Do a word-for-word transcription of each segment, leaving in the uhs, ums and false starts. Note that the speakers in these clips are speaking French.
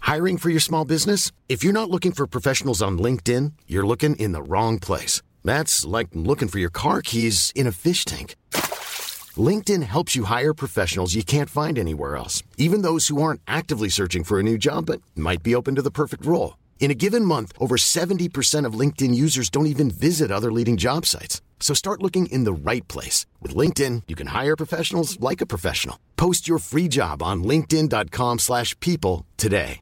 Hiring for your small business? If you're not looking for professionals on LinkedIn, you're looking in the wrong place. That's like looking for your car keys in a fish tank. LinkedIn helps you hire professionals you can't find anywhere else, even those who aren't actively searching for a new job but might be open to the perfect role. In a given month, over seventy percent of LinkedIn users don't even visit other leading job sites. So start looking in the right place. With LinkedIn, you can hire professionals like a professional. Post your free job on linkedin dot com slash people today.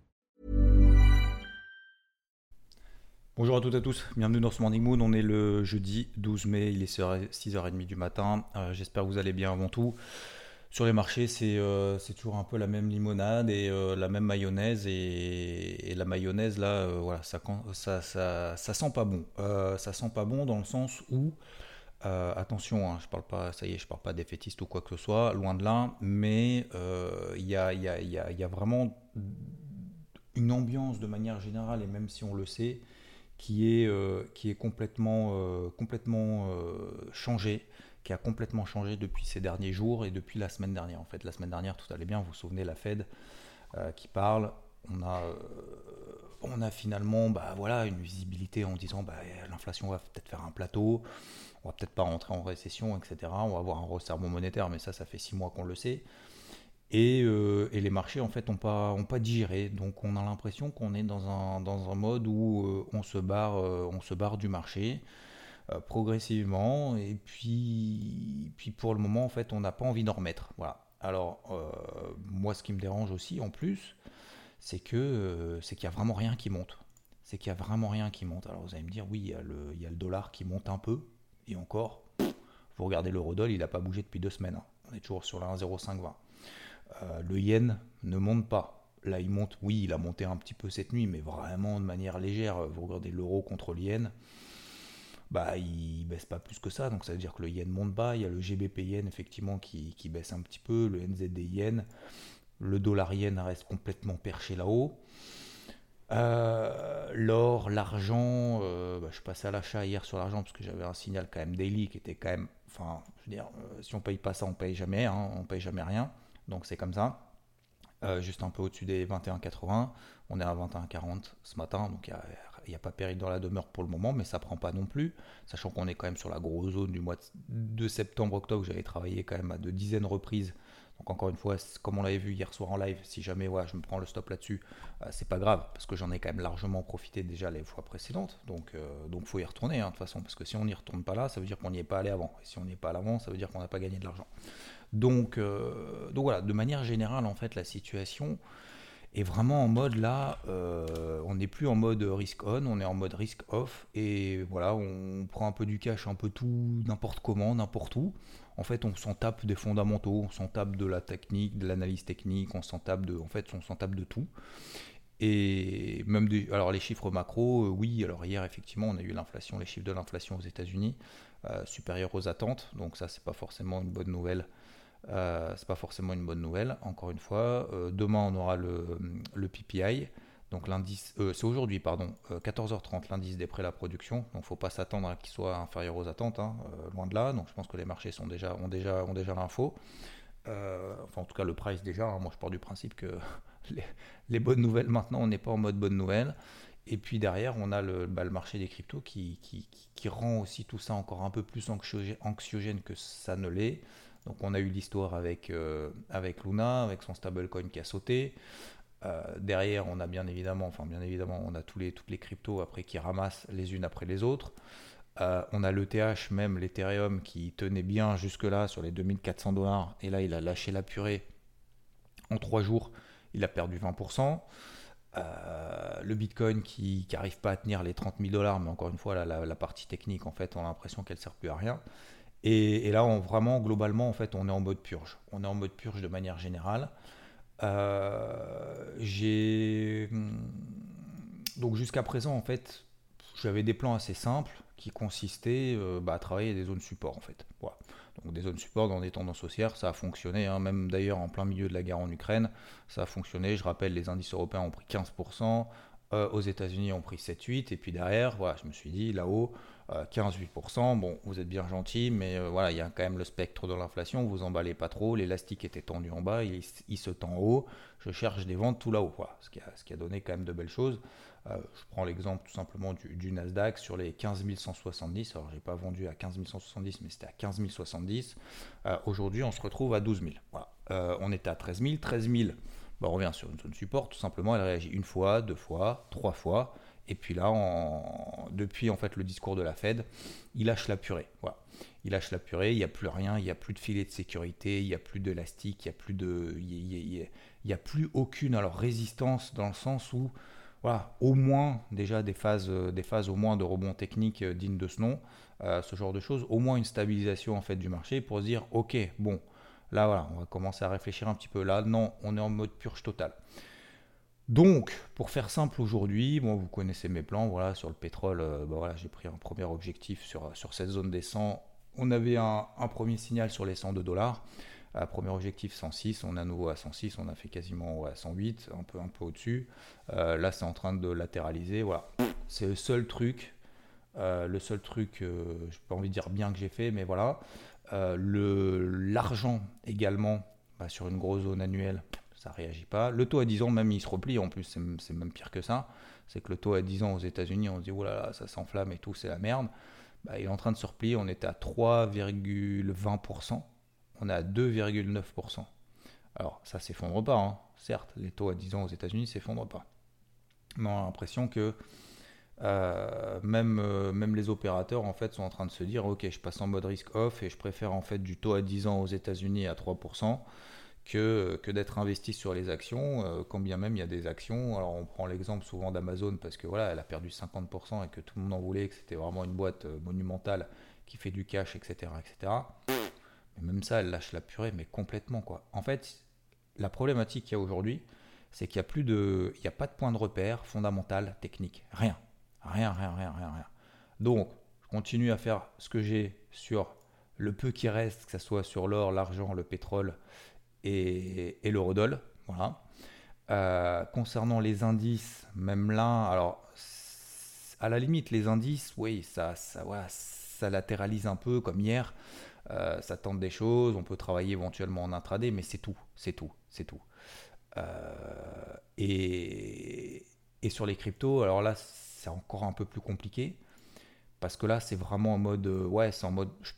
Bonjour à toutes et à tous, bienvenue dans ce Morning Mood. On est le jeudi douze mai, il est six heures trente du matin. Euh, j'espère que vous allez bien avant tout. Sur les marchés, c'est, euh, c'est toujours un peu la même limonade et euh, la même mayonnaise. Et, et la mayonnaise, là, euh, voilà, ça, ça, ça, ça sent pas bon. Euh, ça sent pas bon dans le sens où, euh, attention, hein, je parle pas, ça y est, je parle pas défaitiste ou quoi que ce soit, loin de là, mais il euh, y, a, y, a, y, a, y a vraiment une ambiance de manière générale, et même si on le sait, qui est, euh, qui est complètement, euh, complètement euh, changé, qui a complètement changé depuis ces derniers jours et depuis la semaine dernière. En fait, la semaine dernière, tout allait bien, vous vous souvenez, la Fed euh, qui parle, on a, euh, on a finalement bah, voilà, une visibilité en disant bah, l'inflation va peut-être faire un plateau, on va peut-être pas rentrer en récession, et cetera. On va avoir un resserrement monétaire, mais ça, ça fait six mois qu'on le sait. Et, euh, et les marchés en fait n'ont pas, ont pas digéré, donc on a l'impression qu'on est dans un, dans un mode où euh, on, se barre, euh, on se barre du marché euh, progressivement, et puis, puis pour le moment en fait on n'a pas envie d'en remettre. Voilà. Alors euh, moi ce qui me dérange aussi en plus, c'est que euh, c'est qu'il n'y a vraiment rien qui monte. C'est qu'il n'y a vraiment rien qui monte. Alors vous allez me dire oui, il y a le, il y a le dollar qui monte un peu, et encore, vous regardez l'eurodoll, il n'a pas bougé depuis deux semaines. Hein. On est toujours sur la un virgule zéro cinq vingt. Euh, le yen ne monte pas. Là, il monte, oui, il a monté un petit peu cette nuit, mais vraiment de manière légère. Vous regardez l'euro contre le yen, bah, il baisse pas plus que ça. Donc, ça veut dire que le yen monte bas. Il y a le G B P yen, effectivement, qui, qui baisse un petit peu. Le N Z D yen. Le dollar yen reste complètement perché là-haut. Euh, l'or, l'argent, euh, bah, je suis passé à l'achat hier sur l'argent parce que j'avais un signal quand même daily qui était quand même, enfin, je veux dire, euh, si on paye pas ça, on paye jamais, hein, on paye jamais rien. Donc c'est comme ça. Euh, juste un peu au-dessus des vingt et un virgule quatre-vingts. On est à vingt et un virgule quarante ce matin, donc il n'y a, a pas péril dans la demeure pour le moment, mais ça prend pas non plus, sachant qu'on est quand même sur la grosse zone du mois de septembre-octobre. J'avais travaillé quand même à de dizaines de reprises. Donc encore une fois, comme on l'avait vu hier soir en live, si jamais ouais, je me prends le stop là-dessus, euh, c'est pas grave, parce que j'en ai quand même largement profité déjà les fois précédentes. Donc euh, donc faut y retourner hein, de toute façon, parce que si on n'y retourne pas là, ça veut dire qu'on n'y est pas allé avant. Et si on n'y est pas allé avant, ça veut dire qu'on n'a pas gagné de l'argent. Donc, euh, donc voilà, de manière générale, en fait, la situation est vraiment en mode là, euh, on n'est plus en mode risk on, on est en mode risk off, et voilà, on prend un peu du cash, un peu tout, n'importe comment, n'importe où. En fait, on s'en tape des fondamentaux, on s'en tape de la technique, de l'analyse technique, on s'en tape de, en fait, on s'en tape de tout. Et même des, alors les chiffres macro, euh, oui, alors hier effectivement on a eu l'inflation, les chiffres de l'inflation aux États-Unis euh, supérieurs aux attentes, donc ça c'est pas forcément une bonne nouvelle. Euh, c'est pas forcément une bonne nouvelle, encore une fois. Euh, demain, on aura le, le P P I, donc l'indice, euh, c'est aujourd'hui, pardon, euh, quatorze heures trente, l'indice des prêts à la production. Donc, il ne faut pas s'attendre à qu'il soit inférieur aux attentes, hein, euh, loin de là. Donc, je pense que les marchés sont déjà, ont déjà, ont déjà l'info. Euh, enfin, en tout cas, le price déjà. Hein, moi, je pars du principe que les, les bonnes nouvelles, maintenant, on n'est pas en mode bonne nouvelle. Et puis derrière, on a le, bah, le marché des cryptos qui, qui, qui, qui rend aussi tout ça encore un peu plus anxiogène, anxiogène que ça ne l'est. Donc on a eu l'histoire avec, euh, avec Luna, avec son stablecoin qui a sauté. Euh, derrière, on a bien évidemment, enfin bien évidemment, on a tous les, toutes les cryptos après qui ramassent les unes après les autres. Euh, on a l'E T H, même l'Ethereum, qui tenait bien jusque-là sur les deux mille quatre cents dollars. Et là, il a lâché la purée en trois jours. Il a perdu vingt pour cent. Euh, le Bitcoin qui n'arrive pas à tenir les trente mille dollars, mais encore une fois, là, la, la partie technique, en fait, on a l'impression qu'elle ne sert plus à rien. Et, et là, on, vraiment, globalement, en fait, on est en mode purge. On est en mode purge de manière générale. Euh, j'ai... Donc jusqu'à présent, en fait, j'avais des plans assez simples qui consistaient euh, bah, à travailler des zones support, en fait. Voilà. Donc des zones support dans des tendances haussières, ça a fonctionné, hein, même d'ailleurs en plein milieu de la guerre en Ukraine, ça a fonctionné. Je rappelle, les indices européens ont pris quinze pour cent, Euh, aux États-Unis, on pris sept huit. Et puis derrière, voilà, je me suis dit, là-haut, euh, quinze huit pour cent. Bon, vous êtes bien gentil, mais euh, voilà, il y a quand même le spectre de l'inflation. Vous emballez pas trop. L'élastique était tendu en bas, il, il se tend en haut. Je cherche des ventes tout là-haut. Voilà, ce qui, a, ce qui a donné quand même de belles choses. Euh, je prends l'exemple tout simplement du, du Nasdaq sur les quinze mille cent soixante-dix. Alors, j'ai pas vendu à quinze mille cent soixante-dix, mais c'était à quinze mille soixante-dix. Euh, aujourd'hui, on se retrouve à douze mille. Voilà. Euh, on était à treize mille. treize mille, bah, on revient sur une zone support. Tout simplement, elle réagit une fois, deux fois, trois fois. Et puis là, en, depuis en fait le discours de la Fed, il lâche la purée. Voilà. Il lâche la purée, il n'y a plus rien, il n'y a plus de filet de sécurité, il n'y a plus d'élastique, il n'y a plus de, il y a, il y a, il y a plus aucune alors résistance dans le sens où voilà, au moins déjà des phases, des phases au moins de rebond technique dignes de ce nom, euh, ce genre de choses, au moins une stabilisation en fait du marché pour se dire ok bon là voilà on va commencer à réfléchir un petit peu là non on est en mode purge totale. Donc, pour faire simple aujourd'hui, bon, vous connaissez mes plans, voilà, sur le pétrole, euh, bah voilà, j'ai pris un premier objectif sur, sur cette zone des cent. On avait un, un premier signal sur les cent deux dollars. Euh, premier objectif cent six, on est à nouveau à cent six, on a fait quasiment ouais, à cent huit, un peu, un peu au-dessus. Euh, là, c'est en train de latéraliser, voilà. C'est le seul truc, euh, le seul truc, euh, je pas envie de dire bien que j'ai fait, mais voilà. Euh, le, l'argent également, bah, sur une grosse zone annuelle, ça réagit pas. Le taux à dix ans, même il se replie, en plus c'est, c'est même pire que ça. C'est que le taux à dix ans aux États-Unis, on se dit oh là là, ça s'enflamme et tout, c'est la merde. Bah, il est en train de se replier, on était à trois virgule vingt pour cent, on est à deux virgule neuf pour cent. Alors ça s'effondre pas, hein. Certes, les taux à dix ans aux États-Unis ne s'effondrent pas. Mais on a l'impression que euh, même, euh, même les opérateurs en fait sont en train de se dire ok, je passe en mode risk off et je préfère en fait du taux à dix ans aux États-Unis à trois pour cent que, que d'être investi sur les actions, euh, quand bien même il y a des actions. Alors on prend l'exemple souvent d'Amazon parce que voilà, elle a perdu cinquante pour cent et que tout le monde en voulait, que c'était vraiment une boîte euh, monumentale qui fait du cash, et cetera, et cetera. Mais même ça, elle lâche la purée, mais complètement quoi. En fait, la problématique qu'il y a aujourd'hui, c'est qu'il n'y a plus de, il n'y a pas de point de repère fondamental, technique, rien, rien, rien, rien, rien, rien. Donc, je continue à faire ce que j'ai sur le peu qui reste, que ce soit sur l'or, l'argent, le pétrole et, et l'eurodoll. Voilà. Euh, concernant les indices, même là, alors à la limite, les indices, oui, ça, ça, voilà, ça latéralise un peu comme hier. Euh, ça tente des choses, on peut travailler éventuellement en intraday, mais c'est tout, c'est tout, c'est tout. Euh, et, et sur les cryptos, alors là, c'est encore un peu plus compliqué parce que là, c'est vraiment en mode, euh, ouais, c'est en mode, je,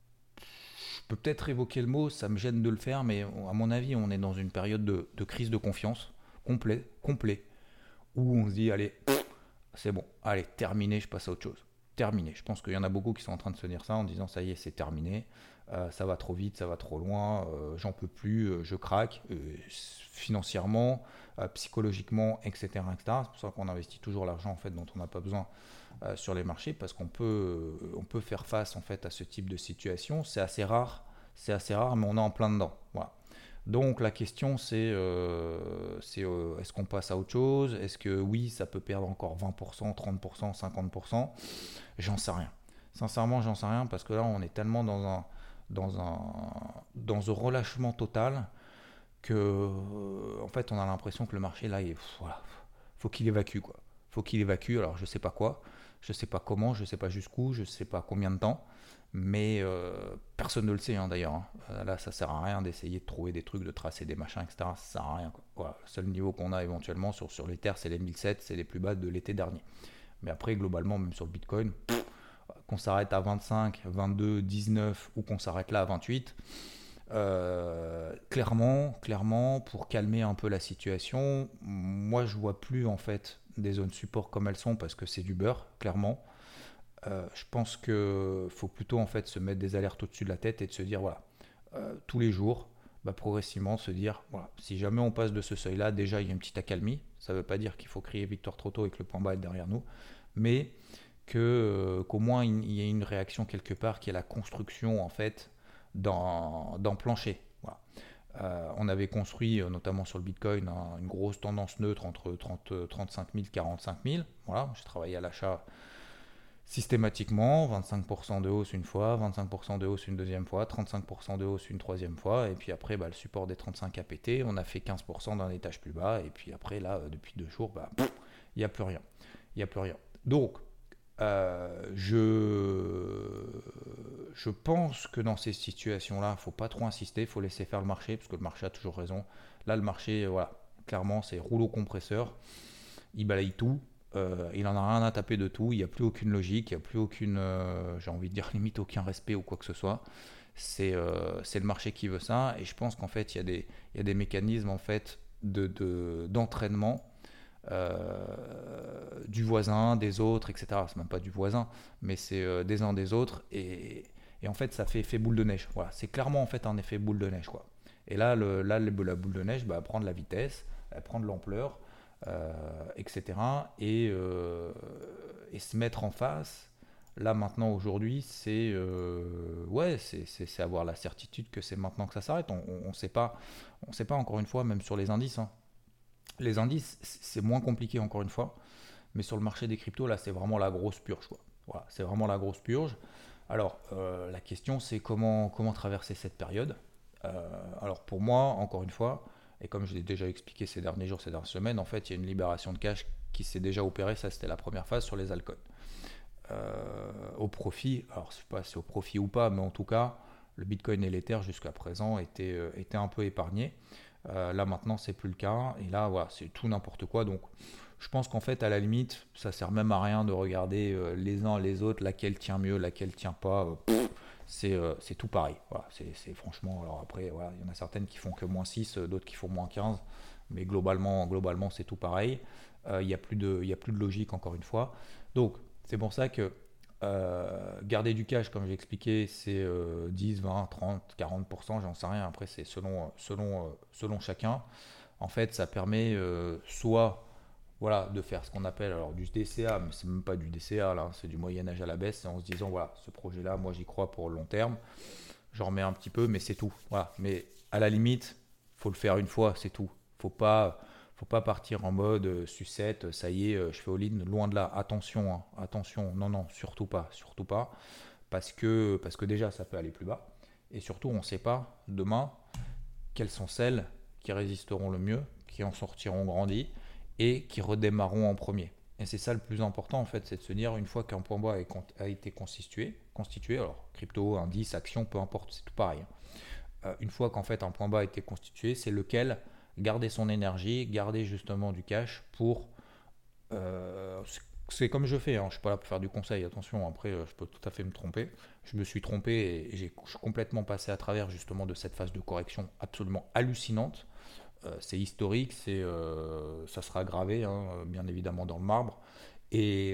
je peux peut-être évoquer le mot, ça me gêne de le faire, mais à mon avis, on est dans une période de, de crise de confiance complet, complet, où on se dit, allez, c'est bon, allez, terminé, je passe à autre chose. Terminé. Je pense qu'il y en a beaucoup qui sont en train de se dire ça en disant, ça y est, c'est terminé, euh, ça va trop vite, ça va trop loin, euh, j'en peux plus, euh, je craque, euh, financièrement, euh, psychologiquement, et cetera, et cetera. C'est pour ça qu'on investit toujours l'argent en fait dont on n'a pas besoin euh, sur les marchés parce qu'on peut, euh, on peut faire face en fait à ce type de situation. C'est assez rare, c'est assez rare, mais on est en plein dedans. Voilà. Donc la question c'est, euh, c'est euh, est-ce qu'on passe à autre chose? Est-ce que oui, ça peut perdre encore vingt pour cent, trente pour cent, cinquante pour cent? J'en sais rien. Sincèrement, j'en sais rien parce que là, on est tellement dans un, dans un, dans un relâchement total que, euh, en fait, on a l'impression que le marché là, il, voilà, faut qu'il évacue quoi. Faut qu'il évacue. Alors, je sais pas quoi, je sais pas comment, je sais pas jusqu'où, je sais pas combien de temps, mais euh, personne ne le sait hein, d'ailleurs. Hein. Là, ça sert à rien d'essayer de trouver des trucs, de tracer des machins, et cetera. Ça sert à rien quoi. Voilà, le seul niveau qu'on a éventuellement sur sur les terres, c'est les mille sept, c'est les plus bas de l'été dernier. Mais après, globalement, même sur le Bitcoin, qu'on s'arrête à vingt-cinq, vingt-deux, dix-neuf ou qu'on s'arrête là à vingt-huit, euh, clairement, clairement, pour calmer un peu la situation, moi je vois plus en fait des zones support comme elles sont parce que c'est du beurre, clairement. Euh, je pense qu'il faut plutôt en fait se mettre des alertes au-dessus de la tête et de se dire voilà, euh, tous les jours, bah, progressivement se dire voilà, si jamais on passe de ce seuil-là, déjà il y a une petite accalmie. Ça ne veut pas dire qu'il faut crier victoire trop tôt et que le point bas est derrière nous, mais que, euh, qu'au moins il y ait une réaction quelque part qui est la construction en fait dans, dans plancher. Voilà. Euh, on avait construit, euh, notamment sur le Bitcoin, hein, une grosse tendance neutre entre trente, trente-cinq mille, quarante-cinq mille. Voilà, j'ai travaillé à l'achat systématiquement, vingt-cinq pour cent de hausse une fois, vingt-cinq pour cent de hausse une deuxième fois, trente-cinq pour cent de hausse une troisième fois, et puis après bah, le support des trente-cinq a pété, on a fait quinze pour cent d'un étage plus bas, et puis après là, depuis deux jours, bah, Il n'y a plus rien. Il n'y a plus rien. Donc, euh, je, je pense que dans ces situations-là, il ne faut pas trop insister, il faut laisser faire le marché, parce que le marché a toujours raison. Là, le marché, voilà, clairement, c'est rouleau compresseur. Il balaye tout. Euh, il en a rien à taper de tout. Il n'y a plus aucune logique, il n'y a plus aucune, euh, j'ai envie de dire limite aucun respect ou quoi que ce soit. C'est euh, c'est le marché qui veut ça. Et je pense qu'en fait, il y a des, il y a des mécanismes en fait de, de, d'entraînement euh, du voisin, des autres, et cetera. C'est même pas du voisin, mais c'est euh, des uns des autres. Et, et en fait, ça fait effet boule de neige. Voilà, c'est clairement en fait un effet boule de neige, quoi. Et là, le, là le- la boule de neige, bah, elle prend de la vitesse, elle prend de l'ampleur, euh, et cetera. Et, euh, et se mettre en face. Là maintenant aujourd'hui, c'est euh, ouais, c'est, c'est, c'est avoir la certitude que c'est maintenant que ça s'arrête. On, on, on sait pas, on sait pas encore une fois, même sur les indices, hein. Les indices, c'est moins compliqué encore une fois, mais sur le marché des cryptos, là, c'est vraiment la grosse purge, quoi. Voilà, c'est vraiment la grosse purge. Alors, euh, la question, c'est comment, comment traverser cette période. Euh, alors, pour moi, encore une fois, et comme je l'ai déjà expliqué ces derniers jours, ces dernières semaines, en fait, il y a une libération de cash qui s'est déjà opérée. Ça, c'était la première phase sur les altcoins. Euh, au profit, alors je sais pas si c'est au profit ou pas, mais en tout cas, le Bitcoin et l'Ether jusqu'à présent étaient, euh, étaient un peu épargnés. Euh, là maintenant, c'est plus le cas. Et là, voilà, c'est tout n'importe quoi. Donc, je pense qu'en fait, à la limite, ça sert même à rien de regarder euh, les uns les autres, laquelle tient mieux, laquelle tient pas. Euh, pff, c'est euh, c'est tout pareil. Voilà, c'est c'est franchement. Alors après, voilà, il y en a certaines qui font que moins six, euh, d'autres qui font moins quinze. Mais globalement, globalement c'est tout pareil. Euh, Il n'y a, plus de- il y a plus de logique, encore une fois. Donc, c'est pour ça que euh, garder du cash, comme j'ai expliqué, c'est euh, dix, vingt, trente, quarante pour cent, j'en sais rien. Après, c'est selon, selon, euh, selon chacun. En fait, ça permet euh, soit voilà, de faire ce qu'on appelle alors du D C A, mais c'est même pas du D C A là, c'est du Moyen Âge à la baisse, et en se disant voilà, ce projet-là, moi j'y crois pour le long terme, j'en remets un petit peu, mais c'est tout. Voilà. Mais à la limite, faut le faire une fois, c'est tout. Faut pas, faut pas partir en mode euh, sucette, ça y est, euh, je fais all-in, loin de là. Attention, hein, attention, non, non, surtout pas, surtout pas, parce que, parce que déjà ça peut aller plus bas, et surtout on ne sait pas demain quelles sont celles qui résisteront le mieux, qui en sortiront grandis et qui redémarreront en premier. Et c'est ça le plus important en fait, c'est de se dire une fois qu'un point bas a été constitué, constitué, alors crypto, indice, action, peu importe, c'est tout pareil, hein. Euh, une fois qu'en fait un point bas a été constitué, c'est lequel garder son énergie, garder justement du cash pour... euh, c'est comme je fais, hein, je ne suis pas là pour faire du conseil, attention, après euh, je peux tout à fait me tromper. Je me suis trompé et j'ai je suis complètement passé à travers justement de cette phase de correction absolument hallucinante. Euh, c'est historique, c'est, euh, ça sera gravé, hein, bien évidemment dans le marbre. Et,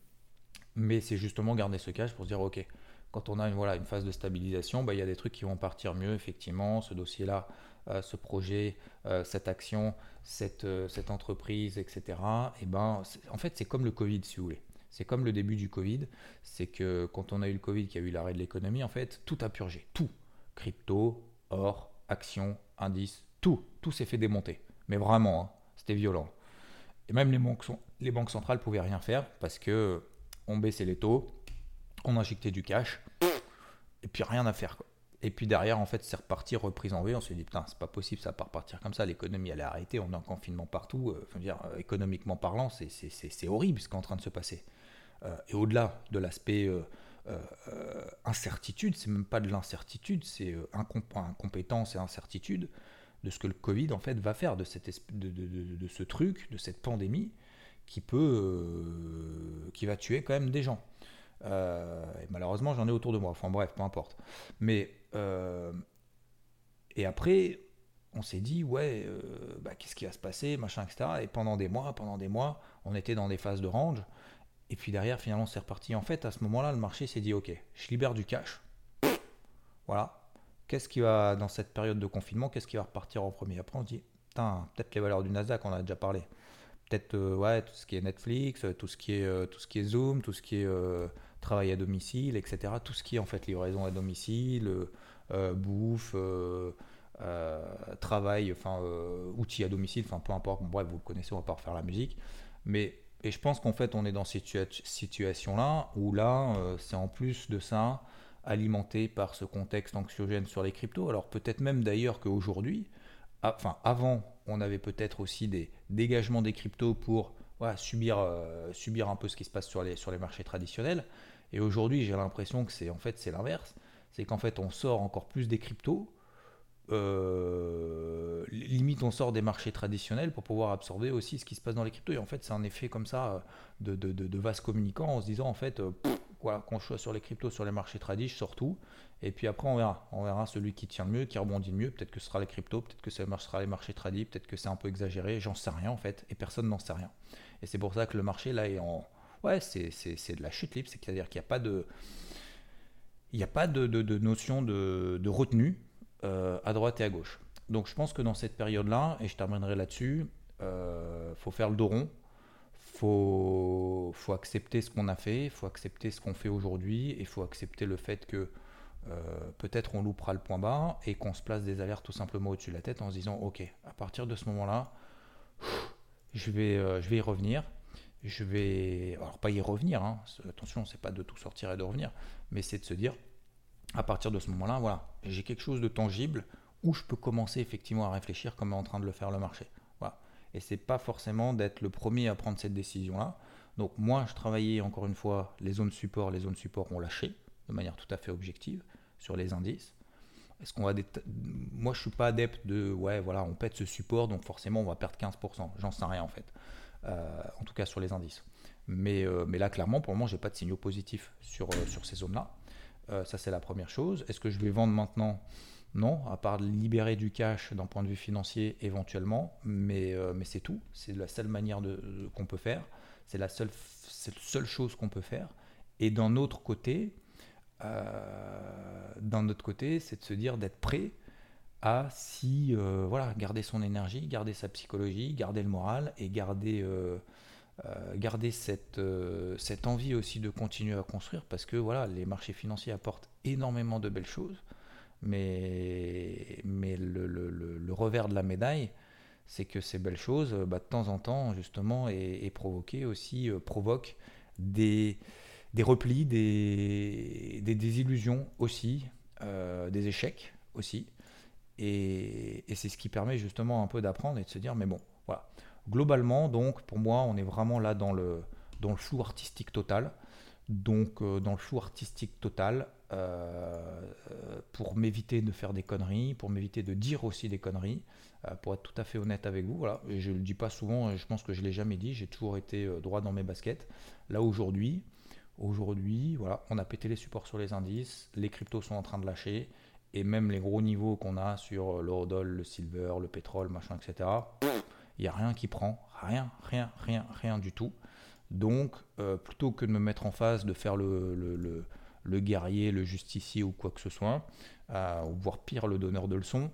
mais c'est justement garder ce cash pour se dire, ok, quand on a une, voilà, une phase de stabilisation, bah, il y a des trucs qui vont partir mieux, effectivement, ce dossier-là, euh, ce projet, euh, cette action, cette, euh, cette entreprise, et cetera. Et ben, en fait, c'est comme le Covid, si vous voulez. C'est comme le début du Covid, c'est que quand on a eu le Covid, qu'il y a eu l'arrêt de l'économie, en fait, tout a purgé, tout. Crypto, or, actions, indices, tout, tout s'est fait démonter. Mais vraiment, hein, c'était violent. Et même les banques, les banques centrales pouvaient rien faire parce que on baissait les taux, on injectait du cash, et puis rien à faire, quoi. Et puis derrière, en fait, c'est reparti, reprise en V. On s'est dit, putain, c'est pas possible, ça va pas repartir comme ça. L'économie, elle est arrêtée, on est en confinement partout. Euh, enfin, dire, euh, économiquement parlant, c'est, c'est, c'est, c'est horrible ce qui est en train de se passer. Euh, et au-delà de l'aspect euh, euh, euh, incertitude, c'est même pas de l'incertitude, c'est euh, incomp- incompétence et incertitude de ce que le Covid en fait va faire de, cette esp- de, de, de, de ce truc, de cette pandémie qui peut, euh, qui va tuer quand même des gens. Euh, et malheureusement, j'en ai autour de moi. Enfin bref, peu importe. Mais euh, et après, on s'est dit ouais, euh, bah, qu'est-ce qui va se passer, machin, et cetera. Et pendant des mois, pendant des mois, on était dans des phases de range. Et puis derrière, finalement, c'est reparti. En fait, à ce moment-là, le marché s'est dit ok, je libère du cash. Voilà. Qu'est-ce qui va, dans cette période de confinement, qu'est-ce qui va repartir en premier? Après, on se dit, putain, peut-être les valeurs du Nasdaq, on en a déjà parlé. Peut-être euh, ouais, tout ce qui est Netflix, euh, tout ce qui est, euh, tout ce qui est Zoom, tout ce qui est euh, travail à domicile, et cetera. Tout ce qui est en fait livraison à domicile, euh, euh, bouffe, euh, euh, travail, enfin euh, outils à domicile, enfin peu importe. Bon, bref, vous le connaissez, on va pas refaire la musique. Mais et je pense qu'en fait, on est dans cette situa- situation-là où là, euh, c'est en plus de ça alimenté par ce contexte anxiogène sur les cryptos. Alors peut-être même d'ailleurs qu'aujourd'hui, enfin avant, on avait peut-être aussi des dégagements des cryptos pour voilà, subir, euh, subir un peu ce qui se passe sur les, sur les marchés traditionnels. Et aujourd'hui, j'ai l'impression que c'est en fait c'est l'inverse. C'est qu'en fait, on sort encore plus des cryptos. Euh, limite, on sort des marchés traditionnels pour pouvoir absorber aussi ce qui se passe dans les cryptos. Et en fait, c'est un effet comme ça euh, de, de, de, de vase communicant en se disant en fait, euh, pff, voilà, quand je suis sur les cryptos, sur les marchés tradis, je sors tout. Et puis après, on verra. On verra celui qui tient le mieux, qui rebondit le mieux. Peut-être que ce sera les cryptos, peut-être que ce sera les marchés tradis, peut-être que c'est un peu exagéré. J'en sais rien en fait. Et personne n'en sait rien. Et c'est pour ça que le marché là est en. Ouais, c'est, c'est, c'est de la chute libre. C'est-à-dire qu'il n'y a pas de. Il n'y a pas de, de, de notion de, de retenue euh, à droite et à gauche. Donc je pense que dans cette période-là, et je terminerai là-dessus, il euh, faut faire le dos rond, il faut, faut accepter ce qu'on a fait, il faut accepter ce qu'on fait aujourd'hui, et il faut accepter le fait que euh, peut-être on loupera le point bas et qu'on se place des alertes tout simplement au-dessus de la tête en se disant ok, à partir de ce moment-là, je vais, euh, je vais y revenir. Je vais, alors pas y revenir, hein, attention, c'est pas de tout sortir et de revenir, mais c'est de se dire, à partir de ce moment-là, voilà, j'ai quelque chose de tangible où je peux commencer effectivement à réfléchir comme est en train de le faire le marché. Voilà. Et c'est pas forcément d'être le premier à prendre cette décision-là. Donc moi, je travaillais encore une fois les zones support, les zones support ont lâché de manière tout à fait objective sur les indices. Est-ce qu'on va dé... Moi, je suis pas adepte de, ouais, voilà, on pète ce support, donc forcément, on va perdre quinze pour cent. J'en sais rien en fait. Euh, en tout cas sur les indices. Mais, euh, mais là, clairement, pour le moment, j'ai pas de signaux positifs sur, euh, sur ces zones-là. Euh, ça, c'est la première chose. Est-ce que je vais vendre maintenant? Non, à part libérer du cash d'un point de vue financier éventuellement, mais, euh, mais c'est tout. C'est la seule manière de, de, qu'on peut faire. C'est la seule, c'est la seule chose qu'on peut faire. Et d'un autre côté, euh, d'un autre côté, c'est de se dire d'être prêt à si euh, voilà, garder son énergie, garder sa psychologie, garder le moral et garder, euh, euh, garder cette, euh, cette envie aussi de continuer à construire parce que voilà, les marchés financiers apportent énormément de belles choses, mais, mais le, le, le, le revers de la médaille, c'est que ces belles choses, bah, de temps en temps, justement, et, et provoquer aussi, euh, provoquent des, des replis, des, des désillusions aussi, euh, des échecs aussi. Et, et c'est ce qui permet justement un peu d'apprendre et de se dire, mais bon, voilà. Globalement, donc, pour moi, on est vraiment là dans le, dans le flou artistique total. Donc, euh, dans le flou artistique total, euh, pour m'éviter de faire des conneries, pour m'éviter de dire aussi des conneries, euh, pour être tout à fait honnête avec vous, voilà. Et je ne le dis pas souvent, et je pense que je ne l'ai jamais dit, j'ai toujours été euh, droit dans mes baskets. Là, aujourd'hui, aujourd'hui, voilà, on a pété les supports sur les indices, les cryptos sont en train de lâcher. Et même les gros niveaux qu'on a sur l'eurodoll, le silver, le pétrole, machin, et cetera, il n'y a rien qui prend, rien, rien, rien, rien du tout. Donc, euh, plutôt que de me mettre en face, de faire le, le, le, le guerrier, le justicier ou quoi que ce soit, euh, ou voire pire, le donneur de leçons,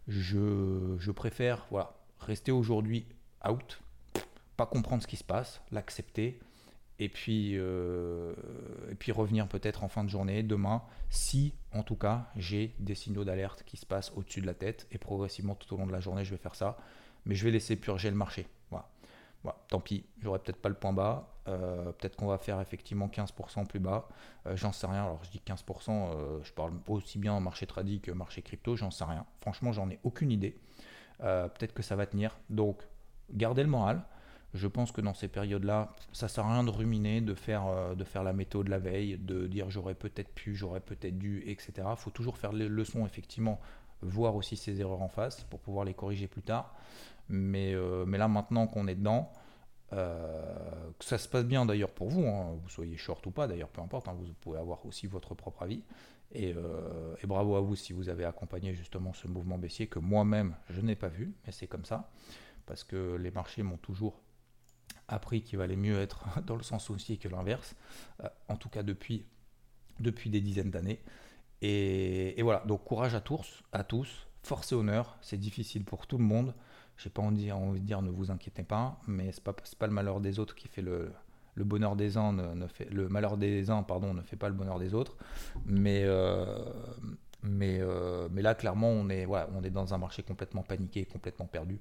je, je préfère voilà, rester aujourd'hui out, pas comprendre ce qui se passe, l'accepter, et puis, euh, et puis revenir peut-être en fin de journée, demain, si en tout cas j'ai des signaux d'alerte qui se passent au-dessus de la tête, et progressivement tout au long de la journée je vais faire ça, mais je vais laisser purger le marché. Voilà. Voilà, tant pis, j'aurai peut-être pas le point bas, euh, peut-être qu'on va faire effectivement quinze pour cent plus bas, euh, j'en sais rien, alors je dis quinze pour cent, euh, je parle aussi bien marché tradi que marché crypto, j'en sais rien, franchement j'en ai aucune idée, euh, peut-être que ça va tenir, donc gardez le moral. Je pense que dans ces périodes-là, ça ne sert à rien de ruminer, de faire, euh, de faire la météo de la veille, de dire j'aurais peut-être pu, j'aurais peut-être dû, et cetera. Il faut toujours faire les leçons, effectivement, voir aussi ses erreurs en face pour pouvoir les corriger plus tard. Mais, euh, mais là, maintenant qu'on est dedans, euh, que ça se passe bien d'ailleurs pour vous, hein, vous soyez short ou pas, d'ailleurs, peu importe, hein, vous pouvez avoir aussi votre propre avis. Et, euh, et bravo à vous si vous avez accompagné justement ce mouvement baissier que moi-même, je n'ai pas vu, mais c'est comme ça. Parce que les marchés m'ont toujours appris qu'il valait mieux être dans le sens haussier que l'inverse, euh, en tout cas depuis, depuis des dizaines d'années. Et, et voilà, donc courage à tous, à tous, force et honneur, c'est difficile pour tout le monde. Je n'ai pas envie, envie de dire ne vous inquiétez pas, mais ce n'est pas, c'est pas le malheur des autres qui fait le, le bonheur des uns, ne, ne fait, le malheur des uns pardon, ne fait pas le bonheur des autres. Mais, euh, mais, euh, mais là, clairement, on est, voilà, on est dans un marché complètement paniqué, complètement perdu.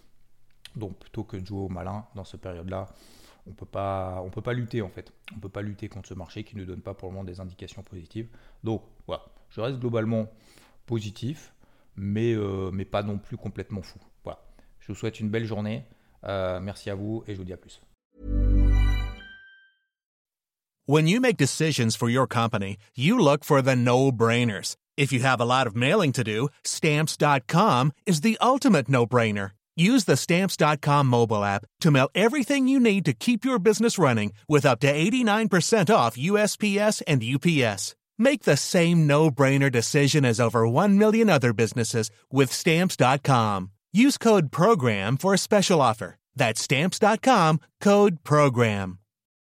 Donc plutôt que de jouer au malin dans cette période-là, on peut pas, on peut pas lutter en fait. On peut pas lutter contre ce marché qui ne donne pas pour le moment des indications positives. Donc voilà, je reste globalement positif, mais, euh, mais pas non plus complètement fou. Voilà. Je vous souhaite une belle journée. Euh, merci à vous et je vous dis à plus. When you make decisions for your company, you look for the no-brainers. If you have a lot of mailing to do, Stamps dot com is the ultimate no-brainer. Use the Stamps dot com mobile app to mail everything you need to keep your business running with up to eighty-nine percent off U S P S and U P S. Make the same no-brainer decision as over one million other businesses with Stamps dot com. Use code PROGRAM for a special offer. That's Stamps dot com, code PROGRAM.